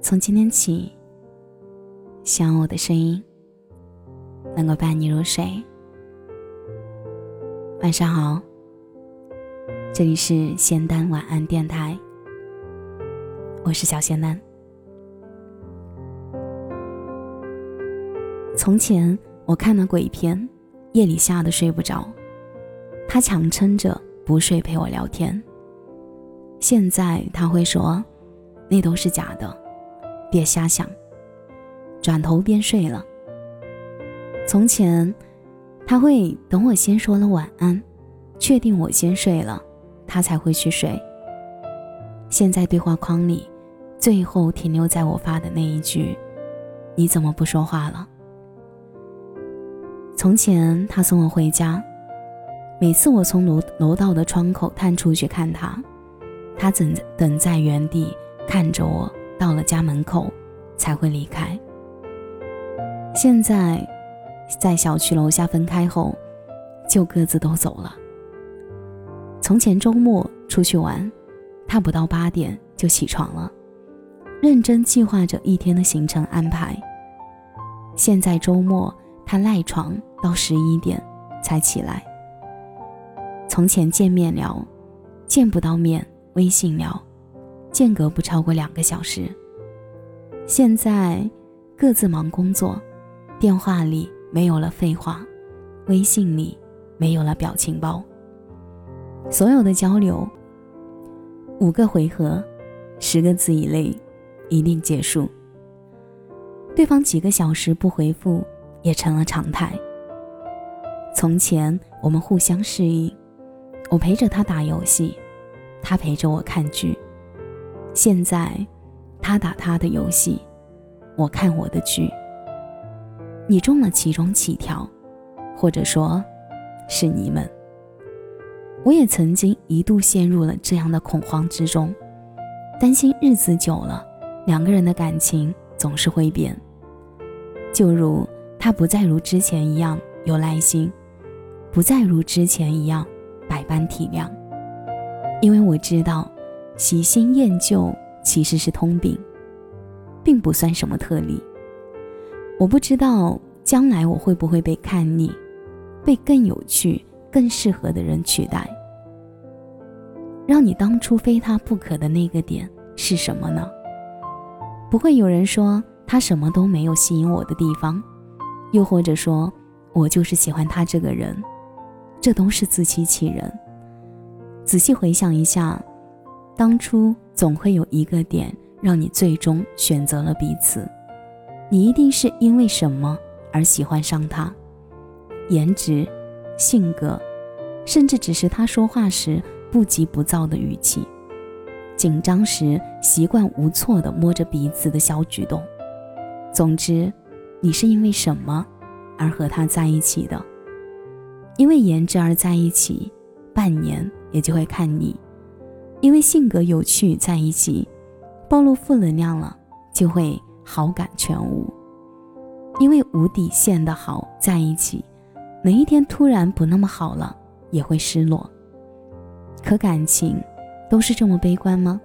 从今天起，希望我的声音能够伴你入睡。晚上好，这里是仙丹晚安电台，我是小仙丹。从前我看了鬼片，夜里吓得睡不着，他强撑着不睡陪我聊天。现在他会说，那都是假的，别瞎想，转头便睡了。从前他会等我先说了晚安，确定我先睡了，他才会去睡。现在对话框里最后停留在我发的那一句，你怎么不说话了？从前他送我回家，每次我从楼道的窗口探出去看他，他等在原地看着我到了家门口才会离开。现在在小区楼下分开后，就各自都走了。从前周末出去玩，他不到8点就起床了，认真计划着一天的行程安排。现在周末他赖床到11点才起来。从前见面聊，见不到面微信聊，间隔不超过2个小时。现在各自忙工作，电话里没有了废话，微信里没有了表情包。所有的交流5个回合10个字以内一定结束，对方几个小时不回复也成了常态。从前我们互相适应，我陪着他打游戏，他陪着我看剧。现在他打他的游戏，我看我的剧。你中了其中7条，或者说是你们。我也曾经一度陷入了这样的恐慌之中，担心日子久了2个人的感情总是会变，就如他不再如之前一样有耐心，不再如之前一样百般体谅。因为我知道喜新厌旧其实是通病，并不算什么特例。我不知道将来我会不会被看腻，被更有趣更适合的人取代。让你当初非他不可的那个点是什么呢？不会有人说他什么都没有吸引我的地方，又或者说我就是喜欢他这个人，这都是自欺欺人。仔细回想一下，当初总会有一个点让你最终选择了彼此，你一定是因为什么而喜欢上他，颜值、性格，甚至只是他说话时不急不躁的语气，紧张时习惯无措地摸着鼻子的小举动。总之，你是因为什么而和他在一起的？因为颜值而在一起，半年也就会看腻；因为性格有趣在一起，暴露负能量了就会好感全无；因为无底线的好在一起，哪一天突然不那么好了也会失落。可感情都是这么悲观吗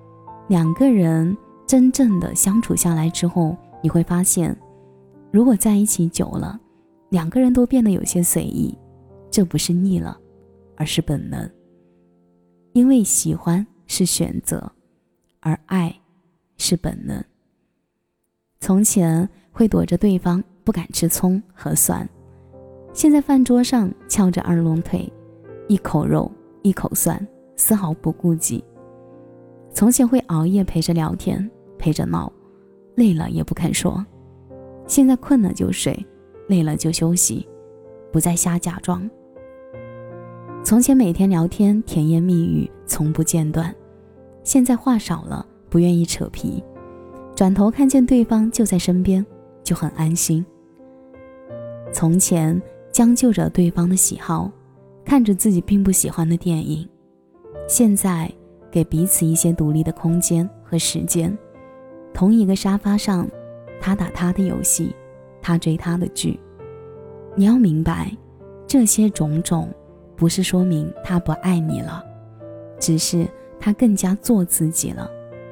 ？2个人真正的相处下来之后，你会发现，如果在一起久了，2个人都变得有些随意，这不是腻了，而是本能。因为喜欢是选择，而爱是本能。从前会躲着对方不敢吃葱和蒜，现在饭桌上翘着2龙腿，一口肉一口蒜，丝毫不顾忌。从前会熬夜陪着聊天，陪着闹，累了也不肯说，现在困了就睡，累了就休息，不再瞎假装。从前每天聊天甜言蜜语从不间断，现在话少了不愿意扯皮，转头看见对方就在身边就很安心。从前将就着对方的喜好，看着自己并不喜欢的电影，现在给彼此一些独立的空间和时间，同一个沙发上，他打他的游戏，他追他的剧。你要明白，这些种种不是说明他不爱你了，只是他更加做自己了。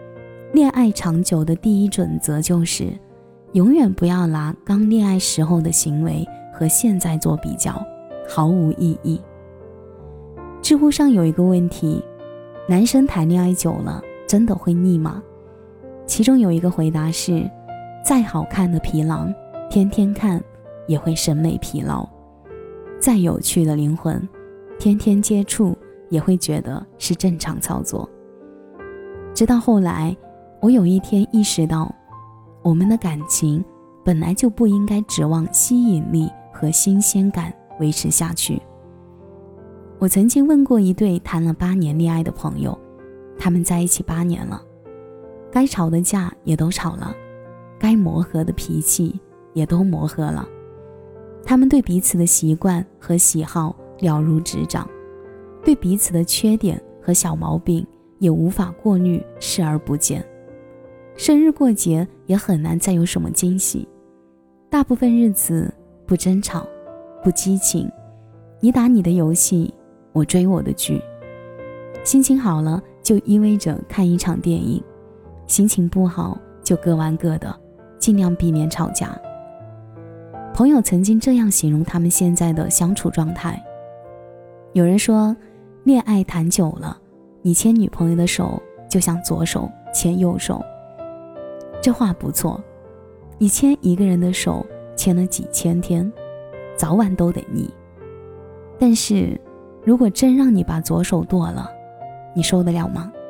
恋爱长久的第一准则就是，永远不要拿刚恋爱时候的行为和现在做比较，毫无意义。知乎上有一个问题，男生谈恋爱久了真的会腻吗？其中有一个回答是，再好看的皮囊天天看也会审美疲劳，再有趣的灵魂天天接触也会觉得是正常操作。直到后来，我有一天意识到，我们的感情本来就不应该指望吸引力和新鲜感维持下去。我曾经问过一对谈了8年恋爱的朋友，他们在一起8年了，该吵的架也都吵了，该磨合的脾气也都磨合了，他们对彼此的习惯和喜好了如指掌，对彼此的缺点和小毛病也无法过滤，视而不见。生日过节也很难再有什么惊喜，大部分日子不争吵，不激情，你打你的游戏，我追我的剧。心情好了就意味着看一场电影，心情不好就各玩各的，尽量避免吵架。朋友曾经这样形容他们现在的相处状态，有人说，恋爱谈久了，你牵女朋友的手就像左手牵右手。这话不错，你牵一个人的手牵了几千天，早晚都得腻。但是如果真让你把左手剁了，你受得了吗？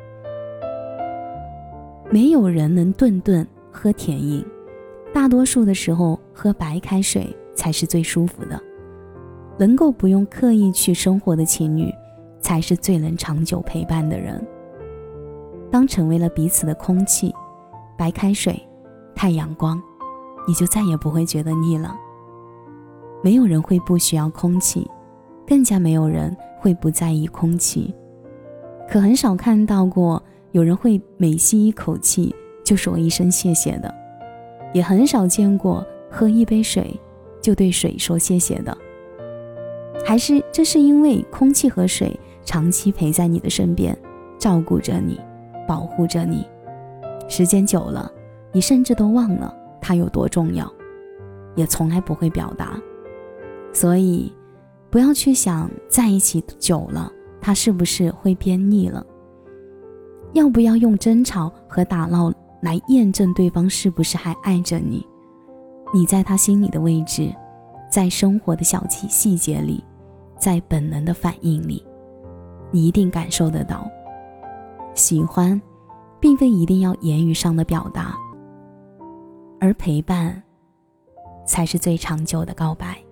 没有人能顿顿喝甜饮，大多数的时候喝白开水才是最舒服的。能够不用刻意去生活的情侣，才是最能长久陪伴的人。当成为了彼此的空气、白开水、太阳光，你就再也不会觉得腻了。没有人会不需要空气，更加没有人会不在意空气。可很少看到过有人会每吸一口气就说一声谢谢的，也很少见过喝一杯水就对水说谢谢的。还是这是因为空气和水长期陪在你的身边，照顾着你，保护着你，时间久了，你甚至都忘了它有多重要，也从来不会表达。所以不要去想在一起久了它是不是会变腻了，要不要用争吵和打闹来验证对方是不是还爱着你。你在他心里的位置，在生活的小细节里，在本能的反应里，你一定感受得到。喜欢并非一定要言语上的表达，而陪伴才是最长久的告白。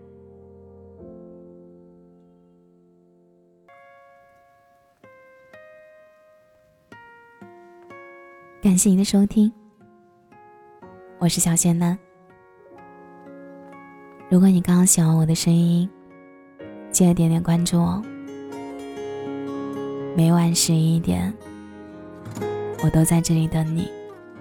感谢你的收听，我是小仙丹。如果你刚刚喜欢我的声音，记得点点关注哦。每晚11点，我都在这里等你。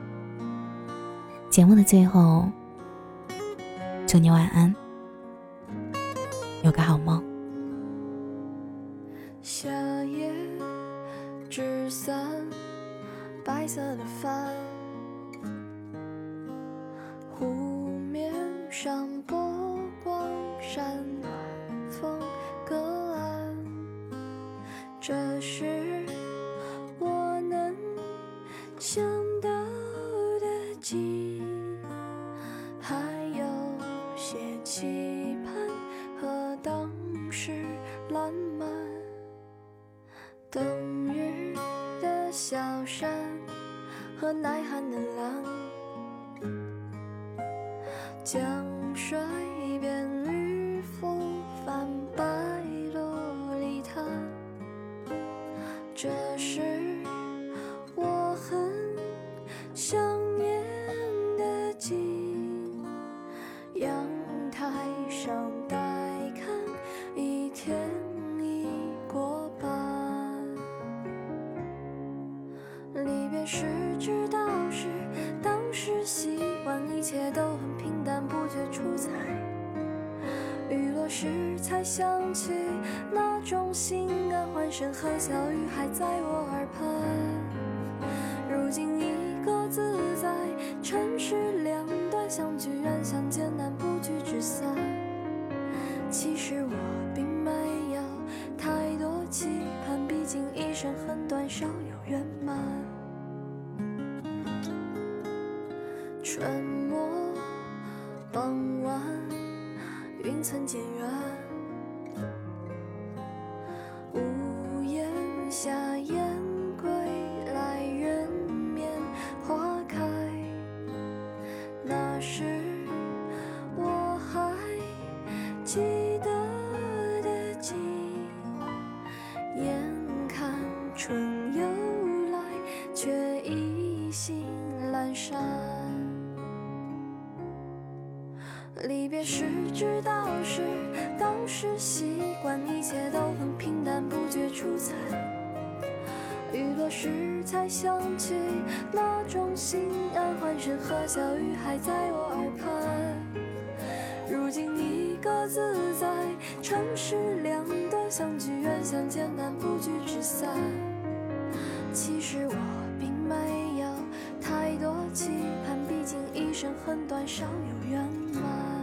节目的最后，祝你晚安，有个好梦。 夏夜纸伞，白色的帆，湖面上波光闪，风隔岸，这是我能想到的景，还有些期盼和当时烂漫，等日的小山和耐寒的浪，江水边渔夫泛白洛丽塔，这是我很想念的景，阳台上待看一天已过半，离别时知道是当时习惯，一切都很平淡，不觉出彩，雨落时才想起那种心安欢声和笑语还在我耳畔， 如今已各自在城市两端，相聚远相见难，不聚只散。其实我并没有太多期盼，毕竟一生很短，少有圆满。春末傍晚，云层渐远，屋檐下燕归来，人面花开。那时我还记得的记，眼看春又来，却意兴阑珊。离别时知道是当时习惯，一切都很平淡，不觉出彩。雨落时才想起那种心安，欢声和笑语还在我耳畔。如今已各自在城市两端，相聚远相见难，不聚只散。其实我并没有太多期盼，毕竟一生很短，少有圆满。